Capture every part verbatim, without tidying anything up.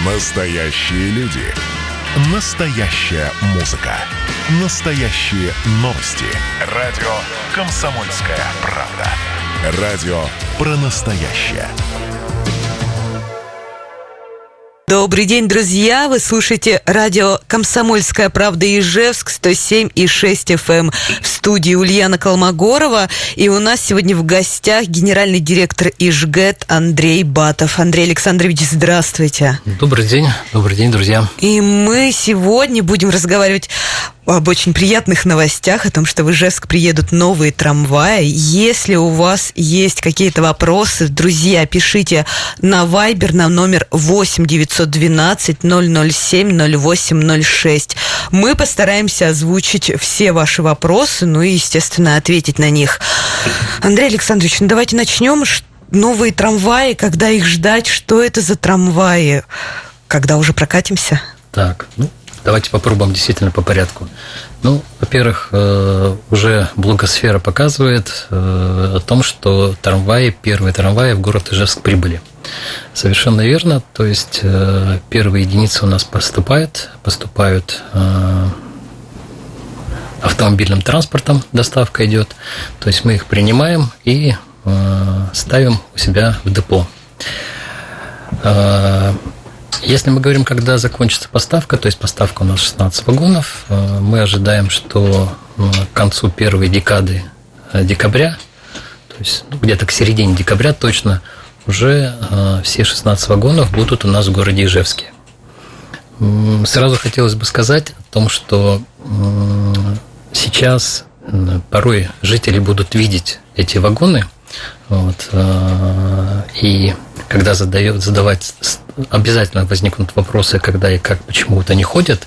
Настоящие люди. Настоящая музыка. Настоящие новости. Радио «Комсомольская правда». Радио про настоящее. Добрый день, друзья! Вы слушаете радио «Комсомольская правда» Ижевск, сто семь и шесть эф эм. В студии Ульяна Колмогорова. И у нас сегодня в гостях генеральный директор Ижгэт Андрей Батов. Андрей Александрович, здравствуйте. Добрый день. Добрый день, друзья. И мы сегодня будем разговаривать об очень приятных новостях, о том, что в Ижевск приедут новые трамваи. Если у вас есть какие-то вопросы, друзья, пишите на Viber на номер восемь девятьсот двенадцать ноль ноль семь ноль восемь ноль шесть. Мы постараемся озвучить все ваши вопросы, ну и, естественно, ответить на них. Андрей Александрович, ну давайте начнем. Новые трамваи, когда их ждать, что это за трамваи? Когда уже прокатимся? Так, ну, давайте попробуем действительно по порядку. Ну, во-первых, уже блогосфера показывает о том, что трамваи, первые трамваи в город Ижевск прибыли. Совершенно верно. То есть первые единицы у нас поступают, поступают автомобильным транспортом, доставка идет. То есть мы их принимаем и ставим у себя в депо. Если мы говорим, когда закончится поставка, то есть поставка у нас шестнадцать вагонов, мы ожидаем, что к концу первой декады декабря, то есть где-то к середине декабря точно, уже все шестнадцать вагонов будут у нас в городе Ижевске. Сразу хотелось бы сказать о том, что сейчас порой жители будут видеть эти вагоны, вот, и когда задает, задавать, обязательно возникнут вопросы, когда и как, почему-то не ходят,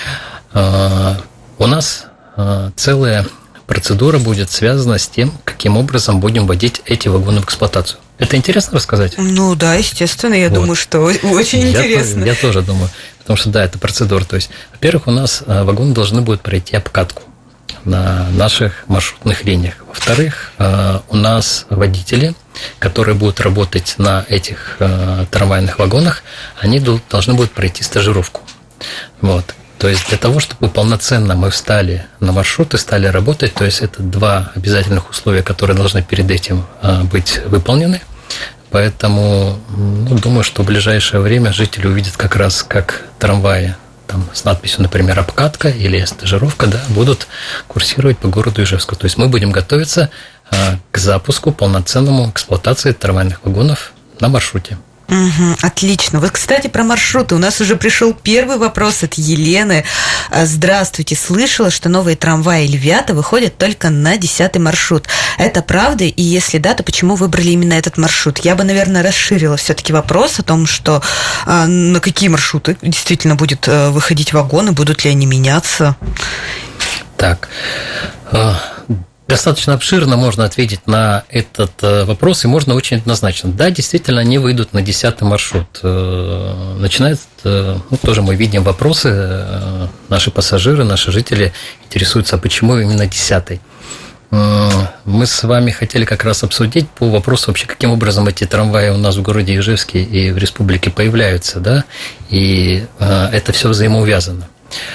у нас целая процедура будет связана с тем, каким образом будем вводить эти вагоны в эксплуатацию. Это интересно рассказать? Ну да, естественно, я вот. думаю, что очень я интересно. То, я тоже думаю, потому что да, это процедура. То есть, во-первых, у нас вагоны должны будут пройти обкатку на наших маршрутных линиях. Во-вторых, у нас водители, которые будут работать на этих трамвайных вагонах, они должны будут пройти стажировку. Вот. То есть для того, чтобы полноценно мы встали на маршрут и стали работать, то есть это два обязательных условия, которые должны перед этим быть выполнены. Поэтому ну, думаю, что в ближайшее время жители увидят как раз, как трамваи там, с надписью, например, «обкатка» или «стажировка», да, будут курсировать по городу Ижевску. То есть мы будем готовиться к запуску, полноценному эксплуатации трамвайных вагонов на маршруте. Угу, отлично. Вот, кстати, про маршруты. У нас уже пришел первый вопрос от Елены. Здравствуйте. Слышала, что новые трамваи «Львята» выходят только на десятый маршрут. Это правда? И если да, то почему выбрали именно этот маршрут? Я бы, наверное, расширила все-таки вопрос о том, что на какие маршруты действительно будет выходить вагоны, будут ли они меняться? Так. Достаточно обширно можно ответить на этот вопрос, и можно очень однозначно. Да, действительно, они выйдут на десятый маршрут. Начинает, ну, тоже мы видим вопросы, наши пассажиры, наши жители интересуются, а почему именно десятый. Мы с вами хотели как раз обсудить по вопросу вообще, каким образом эти трамваи у нас в городе Ижевске и в республике появляются, да, и это все взаимоувязано.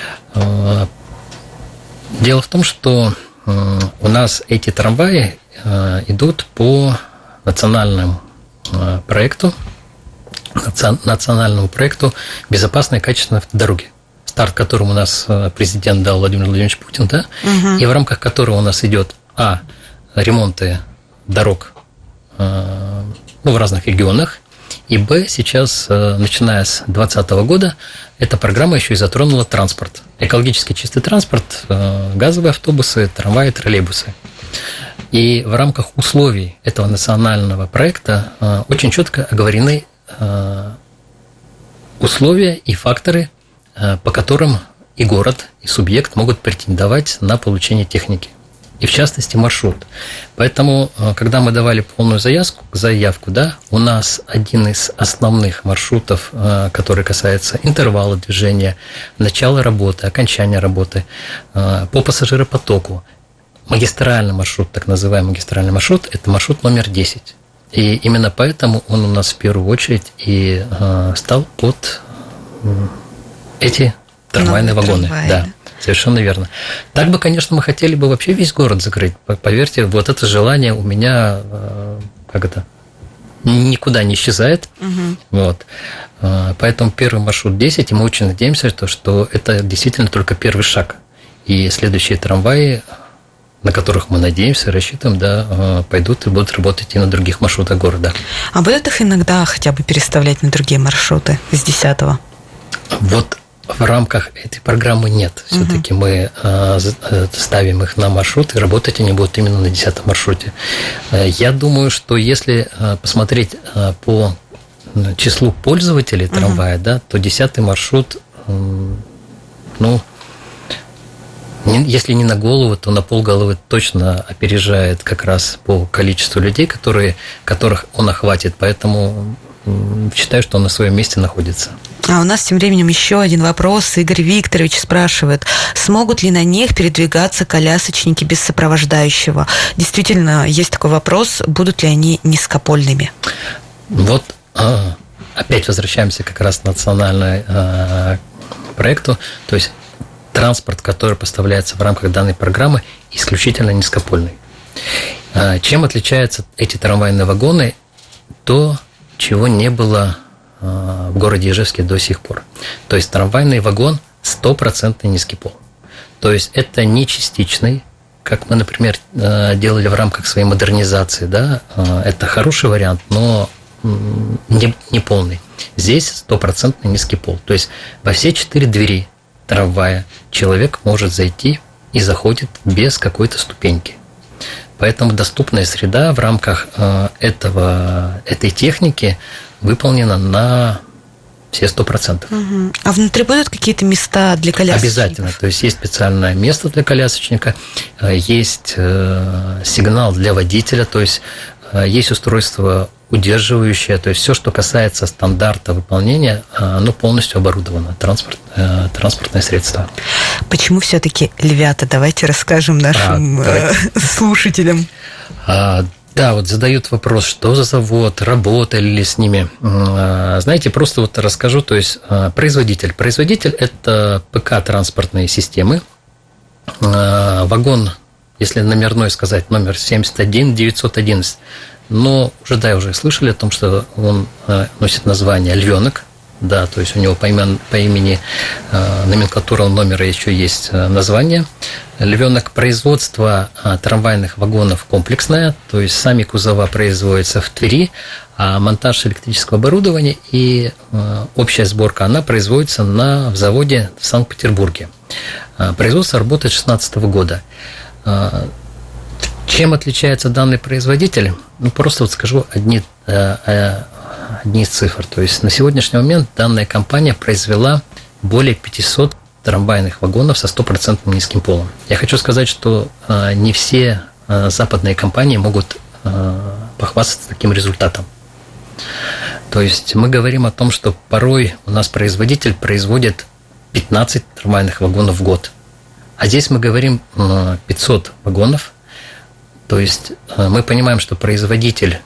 Дело в том, что у нас эти трамваи идут по национальному проекту, национальному проекту безопасной и качественной автодороги, старт которому у нас президент дал Владимир Владимирович Путин, да, угу. И в рамках которого у нас идет а ремонты дорог ну, в разных регионах, и б сейчас, начиная с две тысячи двадцатого года, эта программа еще и затронула транспорт. Экологически чистый транспорт, газовые автобусы, трамваи, троллейбусы. И в рамках условий этого национального проекта очень четко оговорены условия и факторы, по которым и город, и субъект могут претендовать на получение техники. И в частности маршрут. Поэтому, когда мы давали полную заявку, заявку, да, у нас один из основных маршрутов, который касается интервала движения, начала работы, окончания работы, по пассажиропотоку, магистральный маршрут, так называемый магистральный маршрут, это маршрут номер десять. И именно поэтому он у нас в первую очередь и стал под эти трамвайные Новые вагоны. трамваи, да. да. Совершенно верно. Так бы, конечно, мы хотели бы вообще весь город закрыть. Поверьте, вот это желание у меня, как это, никуда не исчезает. Угу. Вот. Поэтому первый маршрут десять, и мы очень надеемся, что это действительно только первый шаг. И следующие трамваи, на которых мы надеемся, рассчитываем, да, пойдут и будут работать и на других маршрутах города. А будут их иногда хотя бы переставлять на другие маршруты с десятого? Вот в рамках этой программы нет. Все-таки угу. мы ставим их на маршрут, и работать они будут именно на десятом маршруте. Я думаю, что если посмотреть по числу пользователей трамвая, угу. да, то десятый маршрут, ну, если не на голову, то на полголовы точно опережает как раз по количеству людей, которые, которых он охватит. Поэтому считаю, что он на своем месте находится. А у нас тем временем еще один вопрос. Игорь Викторович спрашивает, смогут ли на них передвигаться колясочники без сопровождающего? Действительно, есть такой вопрос, будут ли они низкопольными? Вот опять возвращаемся как раз к национальному проекту. То есть транспорт, который поставляется в рамках данной программы, исключительно низкопольный. Чем отличаются эти трамвайные вагоны? То, чего не было в городе Ижевске до сих пор. То есть трамвайный вагон стопроцентный низкий пол. То есть это не частичный, как мы, например, делали в рамках своей модернизации. Да? Это хороший вариант, но не, не полный. Здесь стопроцентный низкий пол. То есть во все четыре двери трамвая человек может зайти и заходит без какой-то ступеньки. Поэтому доступная среда в рамках этого, этой техники выполнена на все сто процентов. Угу. А внутри будут какие-то места для колясочников? Обязательно. То есть есть специальное место для колясочника, есть сигнал для водителя, то есть есть устройство удерживающее, то есть все, что касается стандарта выполнения, оно полностью оборудовано, транспорт, транспортное средство. Почему все-таки львята? Давайте расскажем нашим а, слушателям. А, да, вот задают вопрос, что за завод, работали ли с ними. Знаете, просто вот расскажу, то есть производитель. Производитель – это ПК-транспортные системы. Вагон, если номерной сказать, номер семьдесят один девятьсот одиннадцать. Но уже, да, уже слышали о том, что он носит название «Львенок». Да, то есть у него по имени, по имени номенклатурного номера еще есть название. «Львенок». Производство трамвайных вагонов комплексное, то есть сами кузова производятся в Твери, а монтаж электрического оборудования и общая сборка, она производится на в заводе в Санкт-Петербурге. Производство работает с две тысячи шестнадцатого года. Чем отличается данный производитель? Ну, просто вот скажу одни, одни из цифр. То есть на сегодняшний момент данная компания произвела более пятьсот трамвайных вагонов со стопроцентным низким полом. Я хочу сказать, что не все западные компании могут похвастаться таким результатом. То есть мы говорим о том, что порой у нас производитель производит пятнадцать трамвайных вагонов в год. А здесь мы говорим пятьсот вагонов. То есть мы понимаем, что производитель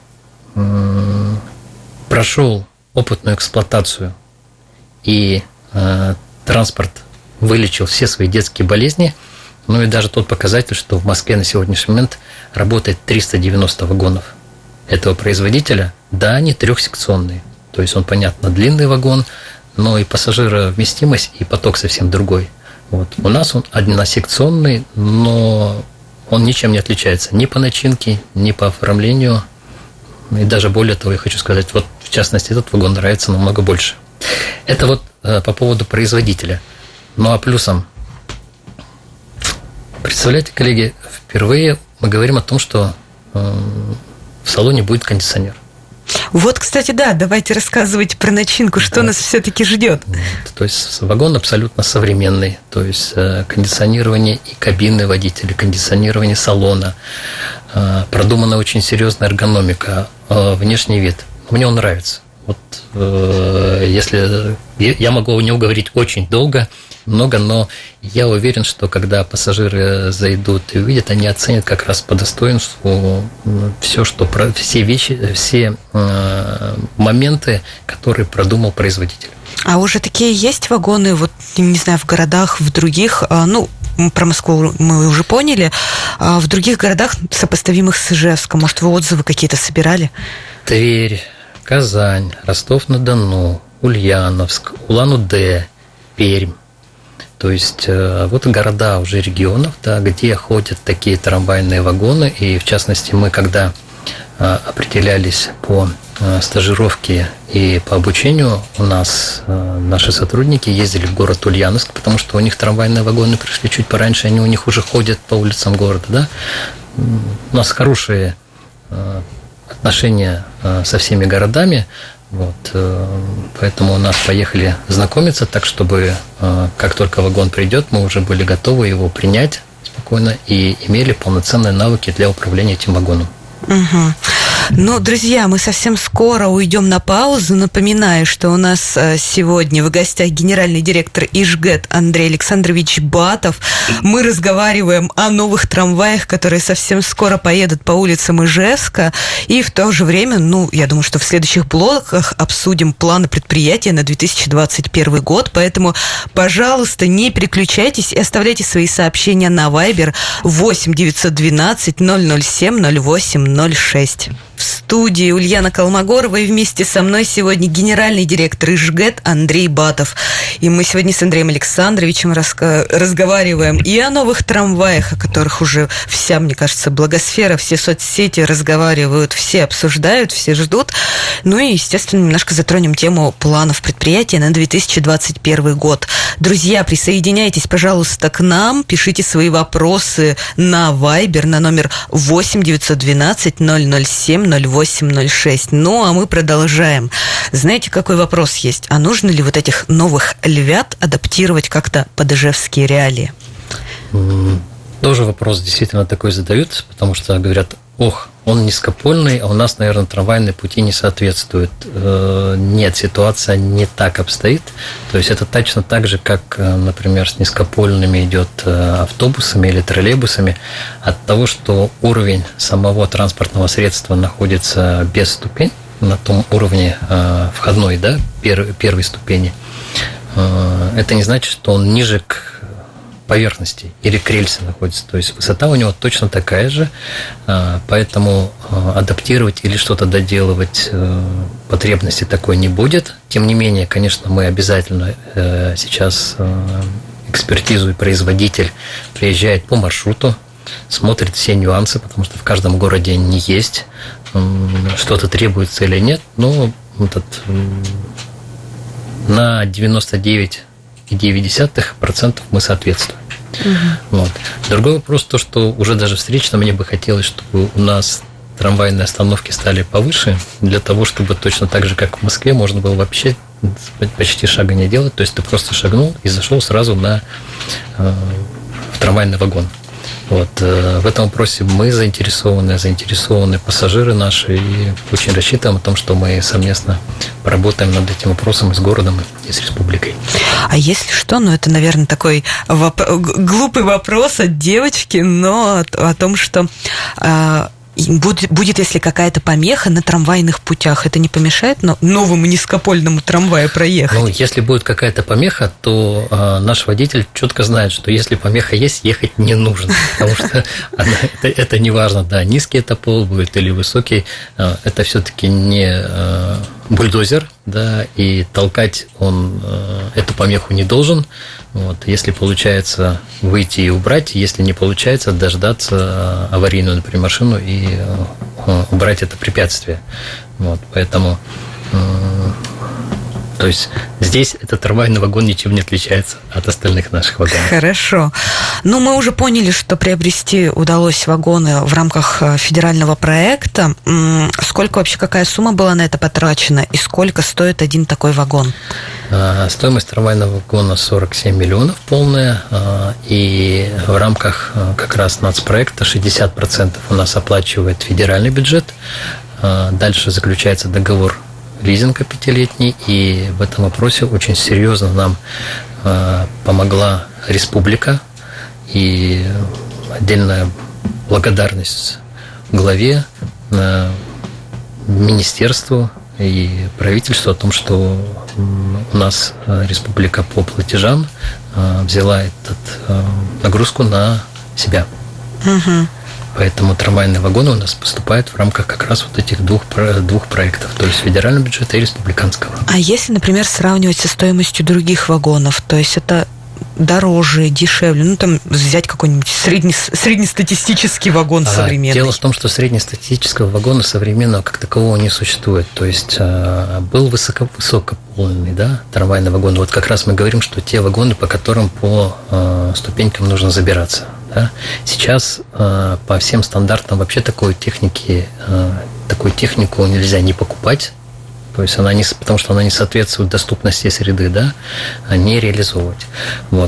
прошел опытную эксплуатацию, и транспорт вылечил все свои детские болезни. Ну и даже тот показатель, что в Москве на сегодняшний момент работает триста девяносто вагонов этого производителя. Да, они трехсекционные. То есть он, понятно, длинный вагон, но и пассажировместимость, и поток совсем другой. Вот. У нас он односекционный, но он ничем не отличается ни по начинке, ни по оформлению. И даже более того, я хочу сказать, вот в частности, этот вагон нравится намного больше. Это вот по поводу производителя. Ну а плюсом, представляете, коллеги, впервые мы говорим о том, что в салоне будет кондиционер. Вот, кстати, да, давайте рассказывайте про начинку, что да. нас все-таки ждет. То есть вагон абсолютно современный, то есть кондиционирование и кабины водителя, кондиционирование салона, продумана очень серьезная эргономика, внешний вид. Мне он нравится. Вот если я могу о нем говорить очень долго, много, но я уверен, что когда пассажиры зайдут и увидят, они оценят как раз по достоинству все, что все вещи, все моменты, которые продумал производитель. А уже такие есть вагоны, вот, не знаю, в городах, в других, ну, про Москву мы уже поняли, а в других городах, сопоставимых с Ижевском, может, вы отзывы какие-то собирали? Тверь, Казань, Ростов-на-Дону, Ульяновск, Улан-Удэ, Пермь. То есть вот города уже регионов, да, где ходят такие трамвайные вагоны, и в частности мы, когда определялись по стажировке и по обучению, у нас наши сотрудники ездили в город Ульяновск, потому что у них трамвайные вагоны пришли чуть пораньше, они у них уже ходят по улицам города, да. У нас хорошие отношения со всеми городами, вот, поэтому у нас поехали знакомиться так, чтобы как только вагон придет, мы уже были готовы его принять спокойно и имели полноценные навыки для управления этим вагоном. Угу. Ну, друзья, мы совсем скоро уйдем на паузу. Напоминаю, что у нас сегодня в гостях генеральный директор Ижгэт Андрей Александрович Батов. Мы разговариваем о новых трамваях, которые совсем скоро поедут по улицам Ижевска. И в то же время, ну, я думаю, что в следующих блоках обсудим планы предприятия на две тысячи двадцать первый год. Поэтому, пожалуйста, не переключайтесь и оставляйте свои сообщения на Viber восемь девятьсот двенадцать ноль ноль семь ноль восемь ноль шесть. В студии Ульяна Колмогорова, и вместе со мной сегодня генеральный директор Ижгэт Андрей Батов. И мы сегодня с Андреем Александровичем раска- разговариваем и о новых трамваях, о которых уже вся, мне кажется, благосфера, все соцсети разговаривают, все обсуждают, все ждут. Ну и, естественно, немножко затронем тему планов предприятия на две тысячи двадцать первый год. Друзья, присоединяйтесь, пожалуйста, к нам, пишите свои вопросы на Viber на номер восемь девятьсот двенадцать ноль ноль семь ноль восемь ноль шесть. Ну, а мы продолжаем. Знаете, какой вопрос есть? А нужно ли вот этих новых львят адаптировать как-то под ижевские реалии? Тоже вопрос действительно такой задают, потому что говорят, ох, он низкопольный, а у нас, наверное, трамвайные пути не соответствуют. Нет, ситуация не так обстоит. То есть это точно так же, как, например, с низкопольными идет автобусами или троллейбусами. От того, что уровень самого транспортного средства находится без ступень, на том уровне входной, да, первой ступени, это не значит, что он ниже к поверхности или к рельсе находится. То есть высота у него точно такая же, поэтому адаптировать или что-то доделывать потребности такой не будет. Тем не менее, конечно, мы обязательно сейчас экспертизу и производитель приезжает по маршруту, смотрит все нюансы, потому что в каждом городе они есть, что-то требуется или нет, но этот, на девяносто девять и девять десятых процента мы соответствуем. Угу. Вот. Другой вопрос, то, что уже даже встречно мне бы хотелось, чтобы у нас трамвайные остановки стали повыше, для того, чтобы точно так же, как в Москве, можно было вообще почти шага не делать, то есть ты просто шагнул и зашел сразу на, в трамвайный вагон. Вот. В этом вопросе мы заинтересованы, заинтересованы пассажиры наши, и очень рассчитываем о том, что мы совместно поработаем над этим вопросом и с городом, и с республикой. А если что, ну это, наверное, такой воп- глупый вопрос от девочки, но о том, что э, будет, будет, если какая-то помеха на трамвайных путях, это не помешает но новому низкопольному трамваю проехать? Ну, если будет какая-то помеха, то э, наш водитель четко знает, что если помеха есть, ехать не нужно, потому что это, это не важно, да, низкий это пол будет или высокий, э, это все-таки не э, бульдозер, да, и толкать он э, эту помеху не должен. Вот, если получается выйти и убрать, если не получается, дождаться аварийную, например, машину и э, убрать это препятствие. Вот, поэтому э, то есть здесь этот трамвайный вагон ничем не отличается от остальных наших вагонов. Хорошо. Ну, мы уже поняли, что приобрести удалось вагоны в рамках федерального проекта. Сколько вообще, какая сумма была на это потрачена и сколько стоит один такой вагон? Стоимость трамвайного вагона сорок семь миллионов полная, и в рамках как раз нацпроекта шестьдесят процентов у нас оплачивает федеральный бюджет. Дальше заключается договор лизинга пятилетний, и в этом вопросе очень серьезно нам помогла республика, и отдельная благодарность главе, министерству и правительству о том, что у нас республика по платежам взяла эту нагрузку на себя. Угу. Поэтому трамвайные вагоны у нас поступают в рамках как раз вот этих двух, двух проектов, то есть федерального бюджета и республиканского. А если, например, сравнивать со стоимостью других вагонов, то есть это дороже, дешевле, ну там взять какой-нибудь средне, среднестатистический вагон а, современный? Дело в том, что среднестатистического вагона современного как такового не существует. То есть был высоко, высокополный, да, трамвайный вагон. Вот как раз мы говорим, что те вагоны, по которым по э, ступенькам нужно забираться. Да? Сейчас э, по всем стандартам вообще такой техники, э, такую технику нельзя не покупать, то есть она не, потому что она не соответствует доступности среды, да, а не реализовывать. Вот.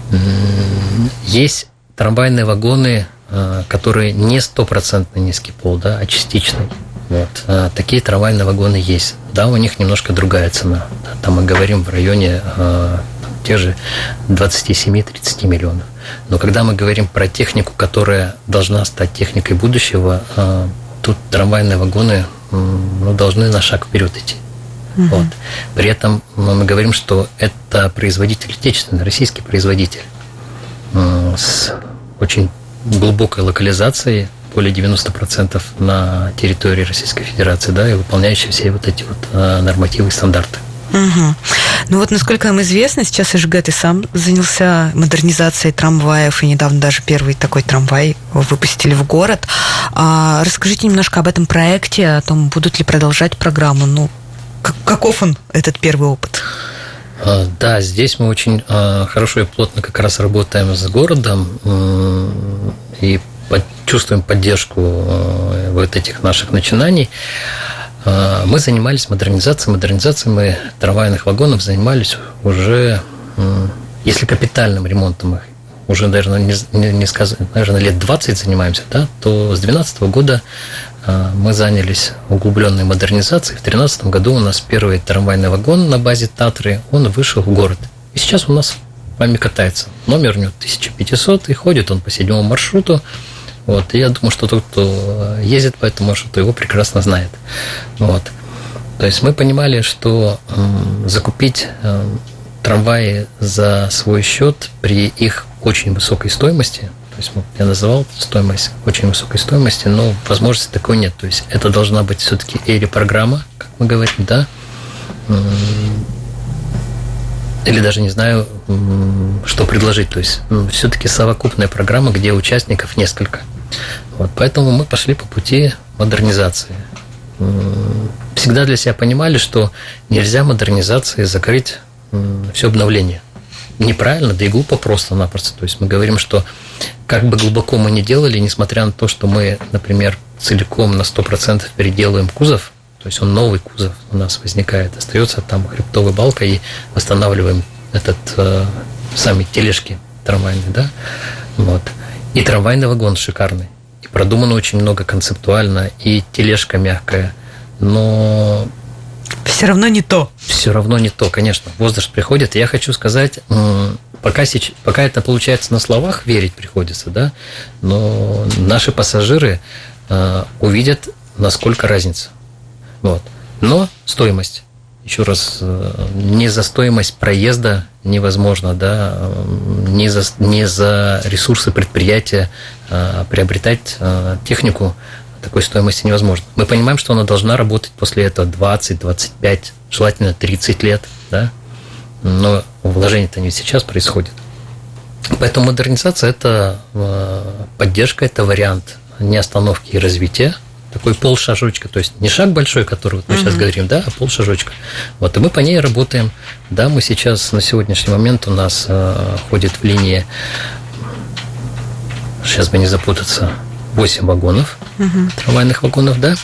Есть трамвайные вагоны, э, которые не стопроцентно низкий пол, да, а частичный. Вот. А такие трамвайные вагоны есть. Да, у них немножко другая цена. Там мы говорим в районе э, тех же двадцать семь - тридцать миллионов. Но когда мы говорим про технику, которая должна стать техникой будущего, тут трамвайные вагоны ну, должны на шаг вперед идти. Угу. Вот. При этом мы говорим, что это производитель отечественный, российский производитель с очень глубокой локализацией, более девяносто процентов на территории Российской Федерации, да, и выполняющий все вот эти вот нормативы и стандарты. Угу. Ну вот, насколько нам известно, сейчас ИЖГ ты сам занялся модернизацией трамваев, и недавно даже первый такой трамвай выпустили в город. А, расскажите немножко об этом проекте, о том, будут ли продолжать программу. Ну, как, каков он, этот первый опыт? Да, здесь мы очень хорошо и плотно как раз работаем с городом и чувствуем поддержку вот этих наших начинаний. Мы занимались модернизацией. Модернизацией мы трамвайных вагонов занимались уже, если капитальным ремонтом их, уже, наверное, не, не, не сказать, наверное, лет двадцать занимаемся, да, то с две тысячи двенадцатого года мы занялись углубленной модернизацией. В две тысячи тринадцатом году у нас первый трамвайный вагон на базе Татры, он вышел в город. И сейчас у нас с вами катается. Номер у него тысяча пятьсот, и ходит он по седьмому маршруту. Вот, и я думаю, что тот, кто ездит по этому маршруту, его прекрасно знает. Вот. То есть мы понимали, что э, закупить э, трамваи за свой счет при их очень высокой стоимости, то есть я называл стоимость очень высокой стоимости, но возможности такой нет. То есть это должна быть все-таки эри-программа, как мы говорим, да, или даже не знаю, что предложить. То есть все-таки совокупная программа, где участников несколько. Вот, поэтому мы пошли по пути модернизации. Всегда для себя понимали, что нельзя модернизацией закрыть все обновление. Неправильно, да и глупо просто-напросто. То есть мы говорим, что как бы глубоко мы ни делали, несмотря на то, что мы, например, целиком на сто процентов переделываем кузов, то есть он новый кузов у нас возникает, остается там хребтовая балка, и восстанавливаем этот э, сами тележки трамвайные, да, вот. И трамвайный вагон шикарный, и продумано очень много концептуально, и тележка мягкая, но все равно не то. Все равно не то, конечно. Возраст приходит, и я хочу сказать, пока, сейчас, пока это получается на словах, верить приходится, да, но наши пассажиры э, увидят, насколько разница. Вот. Но стоимость, еще раз, не за стоимость проезда невозможно, да, не за, не за ресурсы предприятия а, приобретать а, технику такой стоимости невозможно. Мы понимаем, что она должна работать после этого двадцать, двадцать пять, желательно тридцать лет, да, но вложение-то не сейчас происходит. Поэтому модернизация – это поддержка, это вариант не остановки и развития. Такой полшажочка, то есть не шаг большой, который вот мы uh-huh. сейчас говорим, да, а полшажочка. Вот, и мы по ней работаем. Да, мы сейчас на сегодняшний момент у нас э, ходит в линии, сейчас бы не запутаться, восемь вагонов, uh-huh. трамвайных вагонов, да,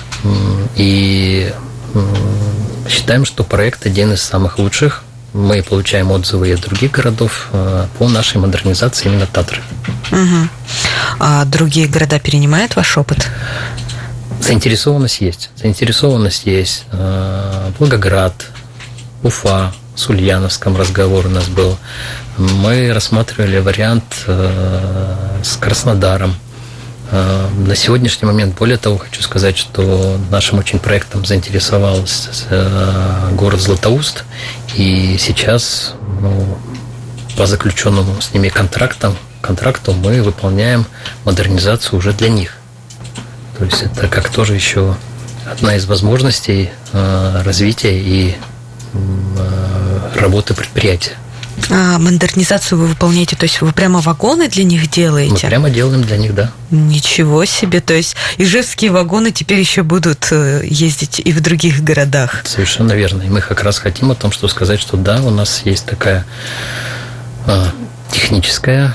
и э, считаем, что проект один из самых лучших. Мы получаем отзывы из других городов э, по нашей модернизации именно Татры. Uh-huh. А другие города перенимают ваш опыт? Заинтересованность есть. Заинтересованность есть. Волгоград, Уфа, с Ульяновском разговор у нас был. Мы рассматривали вариант с Краснодаром. На сегодняшний момент, более того, хочу сказать, что нашим очень проектом заинтересовался город Златоуст, и сейчас, ну, по заключенному с ними контрактам, контракту мы выполняем модернизацию уже для них. То есть это как тоже еще одна из возможностей развития и работы предприятия. А модернизацию вы выполняете, то есть вы прямо вагоны для них делаете? Мы прямо делаем для них, да. Ничего себе, то есть ижевские вагоны теперь еще будут ездить и в других городах? Совершенно верно. И мы как раз хотим о том, что сказать, что да, у нас есть такая а, техническая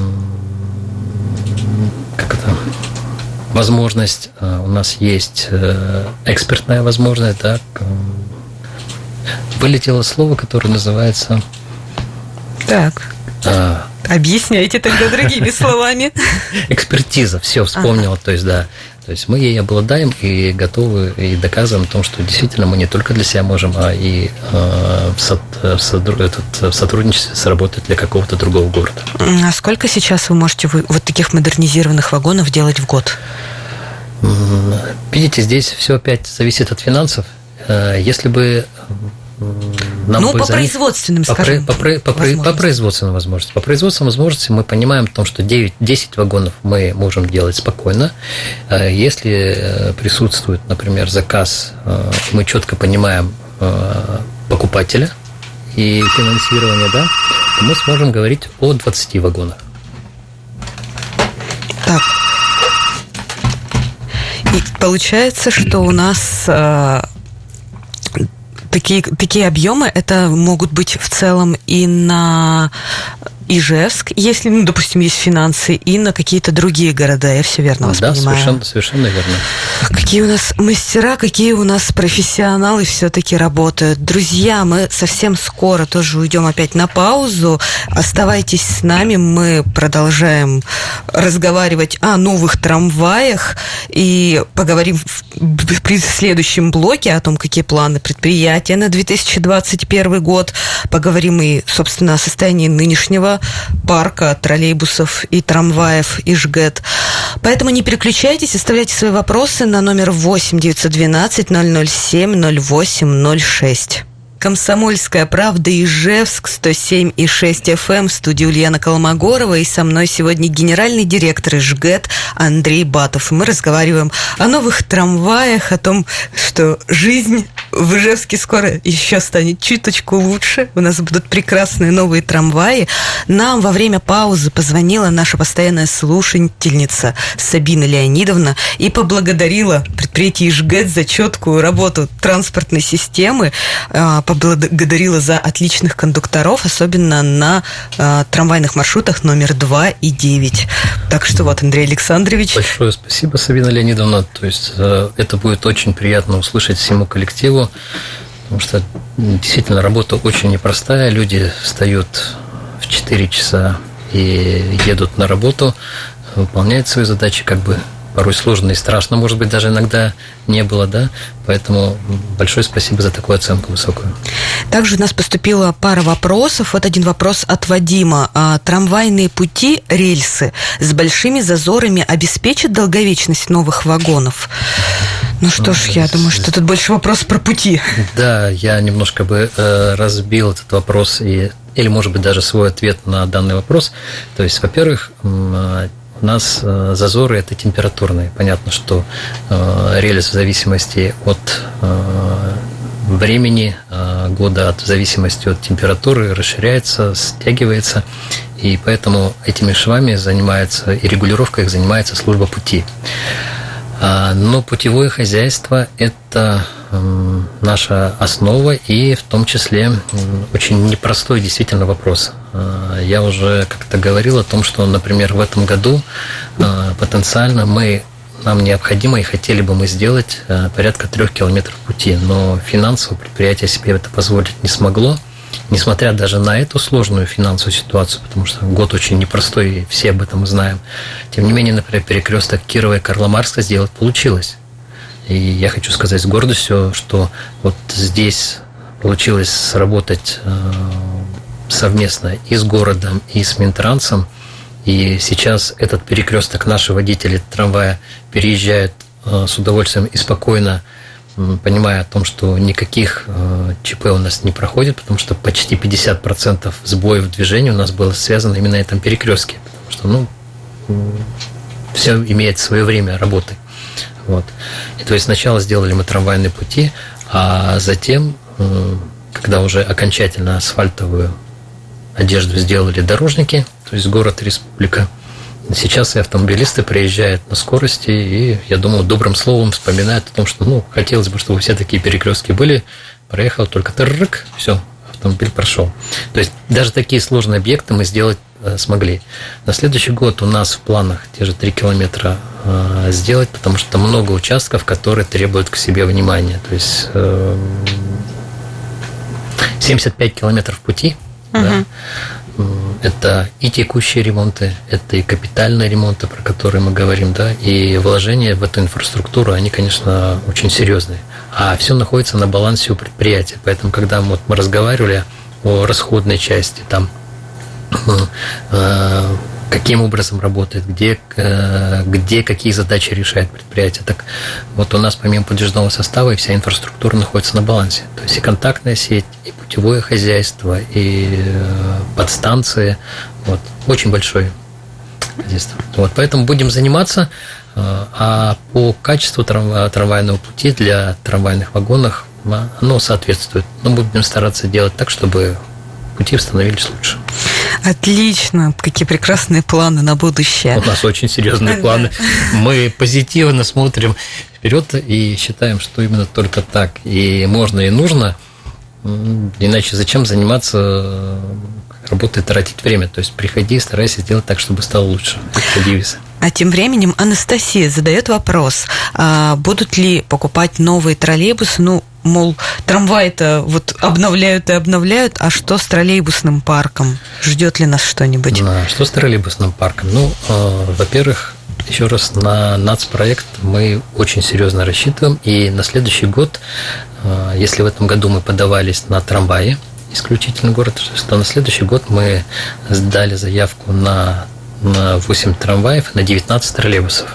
как это, возможность, а, у нас есть экспертная возможность, да. Вылетело слово, которое называется... Так, а, объясняйте тогда другими словами. Экспертиза, все, вспомнила, то есть, да. То есть мы ей обладаем и готовы, и доказываем о том, что действительно мы не только для себя можем, а и э, в, со, в, сотруд, этот, в сотрудничестве сработать для какого-то другого города. А сколько сейчас вы можете вы, вот таких модернизированных вагонов делать в год? Видите, здесь все опять зависит от финансов. Если бы... Нам ну, по производственным, по, скажем, по, по, по, по производственным возможностям. По производственным возможностям мы понимаем, том, что девять-десять вагонов мы можем делать спокойно. Если присутствует, например, заказ, мы четко понимаем покупателя и финансирование, да, то мы сможем говорить о двадцати вагонах. Так. И получается, что у нас... Такие, такие объемы, это могут быть в целом и на Ижевск, если, ну, допустим, есть финансы, и на какие-то другие города. Я все верно вас да, понимаю? Да, совершенно, совершенно верно. Какие у нас мастера, какие у нас профессионалы все-таки работают. Друзья, мы совсем скоро тоже уйдем опять на паузу. Оставайтесь с нами, мы продолжаем разговаривать о новых трамваях и поговорим в следующем блоке о том, какие планы предприятия на две тысячи двадцать первый год. Поговорим и, собственно, о состоянии нынешнего парка троллейбусов и трамваев Ижгэт. Поэтому не переключайтесь, оставляйте свои вопросы на номер восемь девятьсот двенадцать ноль ноль семь ноль восемь ноль шесть. «Комсомольская правда», Ижевск, сто семь и шесть эф эм, в студии Ульяна Колмогорова, и со мной сегодня генеральный директор Ижгэт Андрей Батов. И мы разговариваем о новых трамваях, о том, что жизнь в Ижевске скоро еще станет чуточку лучше. У нас будут прекрасные новые трамваи. Нам во время паузы позвонила наша постоянная слушательница Сабина Леонидовна и поблагодарила предприятие Ижгэт за четкую работу транспортной системы, поблагодарила за отличных кондукторов, особенно на э, трамвайных маршрутах номер два и девять. Так что вот, Андрей Александрович. Большое спасибо, Сабина Леонидовна. То есть э, это будет очень приятно услышать всему коллективу, потому что действительно работа очень непростая. Люди встают в четыре часа и едут на работу, выполняют свои задачи, как бы порой сложно и страшно, может быть, даже иногда не было, да, поэтому большое спасибо за такую оценку высокую. Также у нас поступила пара вопросов. Вот один вопрос от Вадима. А трамвайные пути, рельсы с большими зазорами обеспечат долговечность новых вагонов? Ну что ж, я думаю, что тут больше вопрос про пути. Да, я немножко бы э, разбил этот вопрос, и, или, может быть, даже свой ответ на данный вопрос. То есть, во-первых, э, у нас зазоры – это температурные. Понятно, что рельс в зависимости от времени года, от в зависимости от температуры расширяется, стягивается, и поэтому этими швами занимается, и регулировкой их занимается служба пути. Но путевое хозяйство – это наша основа, и в том числе очень непростой действительно вопрос. Я уже как-то говорил о том, что, например, в этом году потенциально мы, нам необходимо и хотели бы мы сделать порядка трех километров пути, но финансово предприятие себе это позволить не смогло, несмотря даже на эту сложную финансовую ситуацию, потому что год очень непростой, и все об этом знаем. Тем не менее, например, перекресток Кирова и Карла-Маркса сделать получилось. И я хочу сказать с гордостью, что вот здесь, получилось сработать совместно и с городом, и с Минтрансом. И сейчас этот перекресток наши водители трамвая переезжают с удовольствием и спокойно, понимая о том, что никаких ЧП у нас не проходит, потому что почти пятьдесят процентов сбоев в движении у нас было связано именно на этом перекрестке. Потому что, ну, все имеет свое время работы. Вот. И то есть сначала сделали мы трамвайные пути, а затем, когда уже окончательно асфальтовую одежду сделали дорожники, то есть город и республика, сейчас и автомобилисты приезжают на скорости, и, я думаю, добрым словом вспоминают о том, что, ну, хотелось бы, чтобы все такие перекрестки были, проехал только тыррык, все, автомобиль прошел. То есть даже такие сложные объекты мы сделать э, смогли. На следующий год у нас в планах те же три километра э, сделать, потому что много участков, которые требуют к себе внимания. То есть э, семьдесят пять километров пути, uh-huh. да, это и текущие ремонты, это и капитальные ремонты, про которые мы говорим, да, и вложения в эту инфраструктуру, они, конечно, очень серьезные. А все находится на балансе у предприятия. Поэтому, когда мы, вот, мы разговаривали о расходной части, там, э, каким образом работает, где, э, где какие задачи решает предприятие, так вот у нас помимо подвижного состава и вся инфраструктура находится на балансе. То есть и контактная сеть, и путевое хозяйство, и э, подстанции. Вот, очень большое хозяйство. Вот, поэтому будем заниматься. А по качеству трамвайного пути для трамвайных вагонов оно соответствует. Но будем стараться делать так, чтобы пути становились лучше. Отлично. Какие прекрасные планы на будущее. У нас очень серьезные планы. Мы позитивно смотрим вперед и считаем, что именно только так и можно, и нужно. Иначе зачем заниматься работой, тратить время? То есть приходи, старайся сделать так, чтобы стало лучше. Это девиз. А тем временем Анастасия задает вопрос, а будут ли покупать новые троллейбусы? Ну, мол, трамваи-то вот обновляют и обновляют, а что с троллейбусным парком? Ждет ли нас что-нибудь? А, что с троллейбусным парком? Ну, э, во-первых, еще раз, на нацпроект мы очень серьезно рассчитываем, и на следующий год, э, если в этом году мы подавались на трамваи, исключительно город, то на следующий год мы сдали заявку на, на восемь трамваев, на девятнадцать троллейбусов.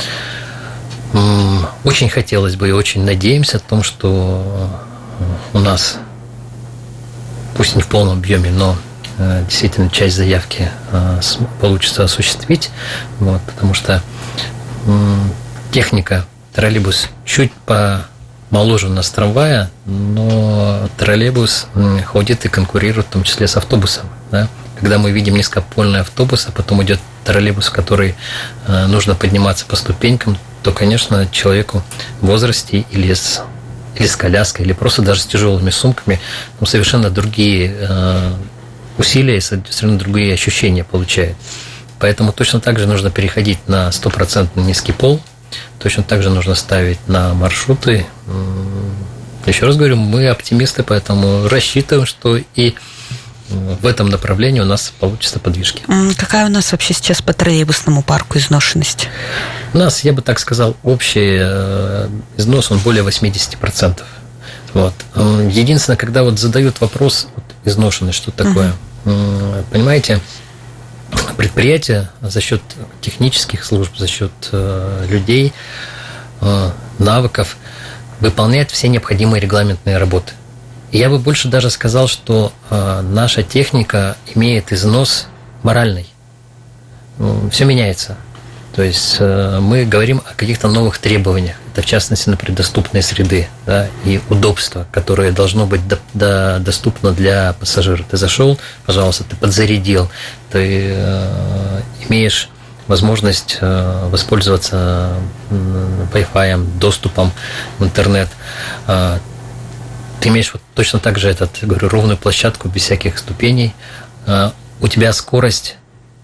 Очень хотелось бы и очень надеемся о том, что у нас, пусть не в полном объеме, но действительно часть заявки получится осуществить, вот, потому что техника, троллейбус чуть помоложе у нас трамвая, но троллейбус ходит и конкурирует в том числе с автобусом. Да? Когда мы видим низкопольный автобус, а потом идет троллейбус, в который нужно подниматься по ступенькам, то, конечно, человеку в возрасте или с, или с коляской, или просто даже с тяжелыми сумками, ну, совершенно другие э, усилия и совершенно другие ощущения получает. Поэтому точно так же нужно переходить на стопроцентно низкий пол, точно так же нужно ставить на маршруты. Еще раз говорю, мы оптимисты, поэтому рассчитываем, что и в этом направлении у нас получится подвижки. Какая у нас вообще сейчас по троллейбусному парку изношенность? У нас, я бы так сказал, общий износ, он более восемьдесят процентов. Вот. Единственное, когда вот задают вопрос, вот, изношенность, что такое? Uh-huh. Понимаете, предприятие за счет технических служб, за счет людей, навыков выполняет все необходимые регламентные работы. И я бы больше даже сказал, что э, наша техника имеет износ моральный. Все меняется. То есть э, мы говорим о каких-то новых требованиях. Это, в частности, например, доступные среды, да, и удобства, которое должно быть до, до, доступно для пассажира. Ты зашел, пожалуйста, ты подзарядил, ты э, имеешь возможность э, воспользоваться э, Wi-Fi, доступом в интернет. Э, Ты имеешь вот точно так же этот, говорю, ровную площадку без всяких ступеней. У тебя скорость,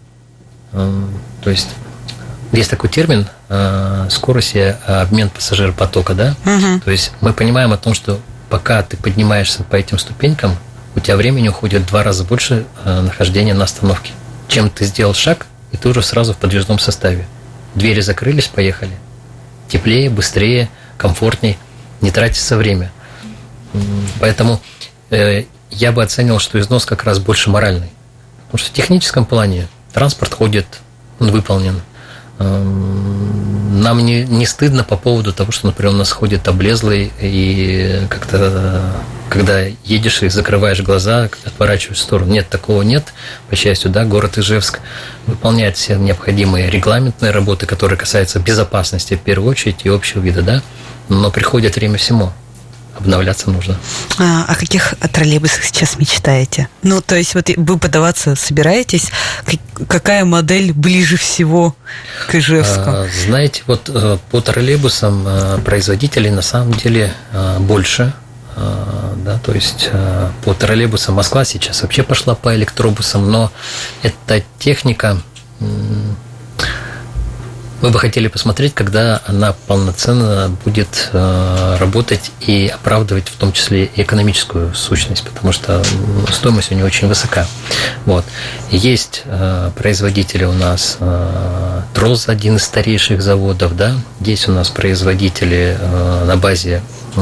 то есть есть такой термин скорость и обмен пассажиропотока, да? Uh-huh. То есть мы понимаем о том, что пока ты поднимаешься по этим ступенькам, у тебя времени уходит в два раза больше нахождения на остановке, чем ты сделал шаг, и ты уже сразу в подвижном составе. Двери закрылись, поехали. Теплее, быстрее, комфортней, не тратится время. Поэтому я бы оценивал, что износ как раз больше моральный. Потому что в техническом плане транспорт ходит, он выполнен. Нам не, не стыдно по поводу того, что, например, у нас ходит облезлый, и как-то, когда едешь и закрываешь глаза, отворачиваешь в сторону. Нет, такого нет. По счастью, да, город Ижевск выполняет все необходимые регламентные работы, которые касаются безопасности в первую очередь и общего вида, да. Но приходит время всему. Обновляться нужно. А о каких троллейбусах сейчас мечтаете? Ну, то есть, вот вы подаваться собираетесь? Какая модель ближе всего к Ижевску? А, знаете, вот по троллейбусам производителей на самом деле больше. Да, то есть по троллейбусам Москва сейчас вообще пошла по электробусам, но эта техника... Мы бы хотели посмотреть, когда она полноценно будет работать и оправдывать в том числе и экономическую сущность, потому что стоимость у нее очень высока. Вот. Есть производители у нас, ТРОЗ, один из старейших заводов, да? Есть у нас производители на базе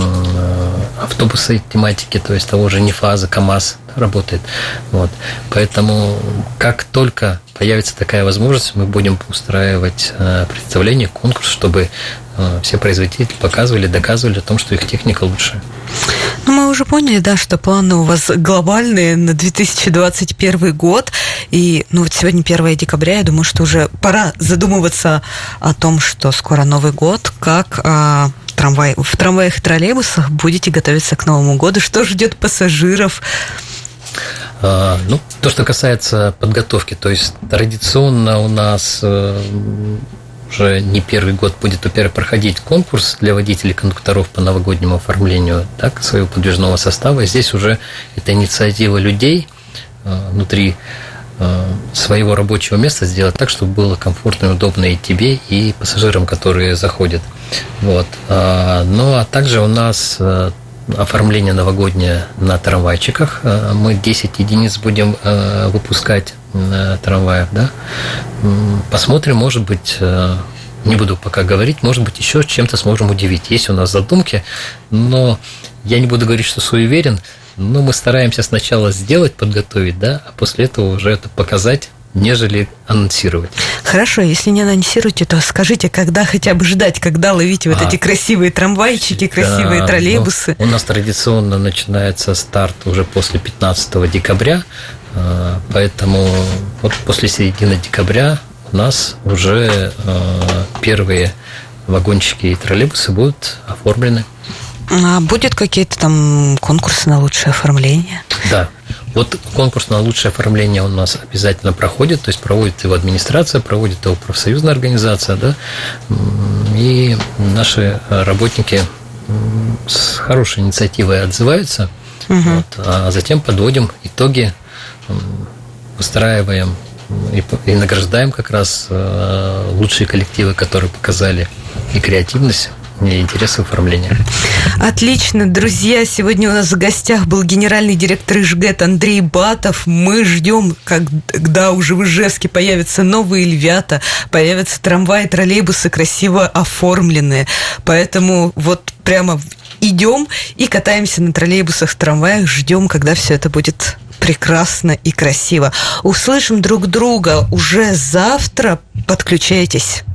автобусы тематики, то есть того же НИФАЗа, КАМАЗ работает. Вот. Поэтому как только появится такая возможность, мы будем устраивать представление, конкурс, чтобы все производители показывали, доказывали о том, что их техника лучше. Ну, мы уже поняли, да, что планы у вас глобальные на две тысячи двадцать первый год. И, ну, вот сегодня первое декабря, я думаю, что уже пора задумываться о том, что скоро Новый год, как а, трамвай, в трамваях и троллейбусах будете готовиться к Новому году, что ждет пассажиров. Ну, то, что касается подготовки, то есть традиционно у нас уже не первый год будет, во-первых, проходить конкурс для водителей и кондукторов по новогоднему оформлению, так, своего подвижного состава. Здесь уже это инициатива людей внутри своего рабочего места сделать так, чтобы было комфортно и удобно и тебе, и пассажирам, которые заходят. Вот. Ну, а также у нас оформление новогоднее на трамвайчиках. Мы десять единиц будем выпускать трамваев, да. Посмотрим, может быть, не буду пока говорить, может быть, еще чем-то сможем удивить. Есть у нас задумки, но я не буду говорить, что суеверен, но мы стараемся сначала сделать, подготовить, да, а после этого уже это показать, нежели анонсировать. Хорошо, если не анонсируете, то скажите, когда хотя бы ждать, когда ловить вот а, эти красивые трамвайчики, красивые да, троллейбусы? У нас традиционно начинается старт уже после пятнадцатого декабря, поэтому вот после середины декабря у нас уже первые вагончики и троллейбусы будут оформлены. А будет какие-то там конкурсы на лучшее оформление? Да. Вот конкурс на лучшее оформление у нас обязательно проходит, то есть проводит его администрация, проводит его профсоюзная организация, да, и наши работники с хорошей инициативой отзываются, угу. Вот, а затем подводим итоги, выстраиваем и, и награждаем как раз лучшие коллективы, которые показали и креативность, и интересы оформления. Отлично, друзья. Сегодня у нас в гостях был генеральный директор Ижгэт Андрей Батов. Мы ждем, когда уже в Ижевске появятся новые «Львята», появятся трамваи, троллейбусы красиво оформленные. Поэтому вот прямо идем и катаемся на троллейбусах, трамваях, ждем, когда все это будет прекрасно и красиво. Услышим друг друга уже завтра. Подключайтесь.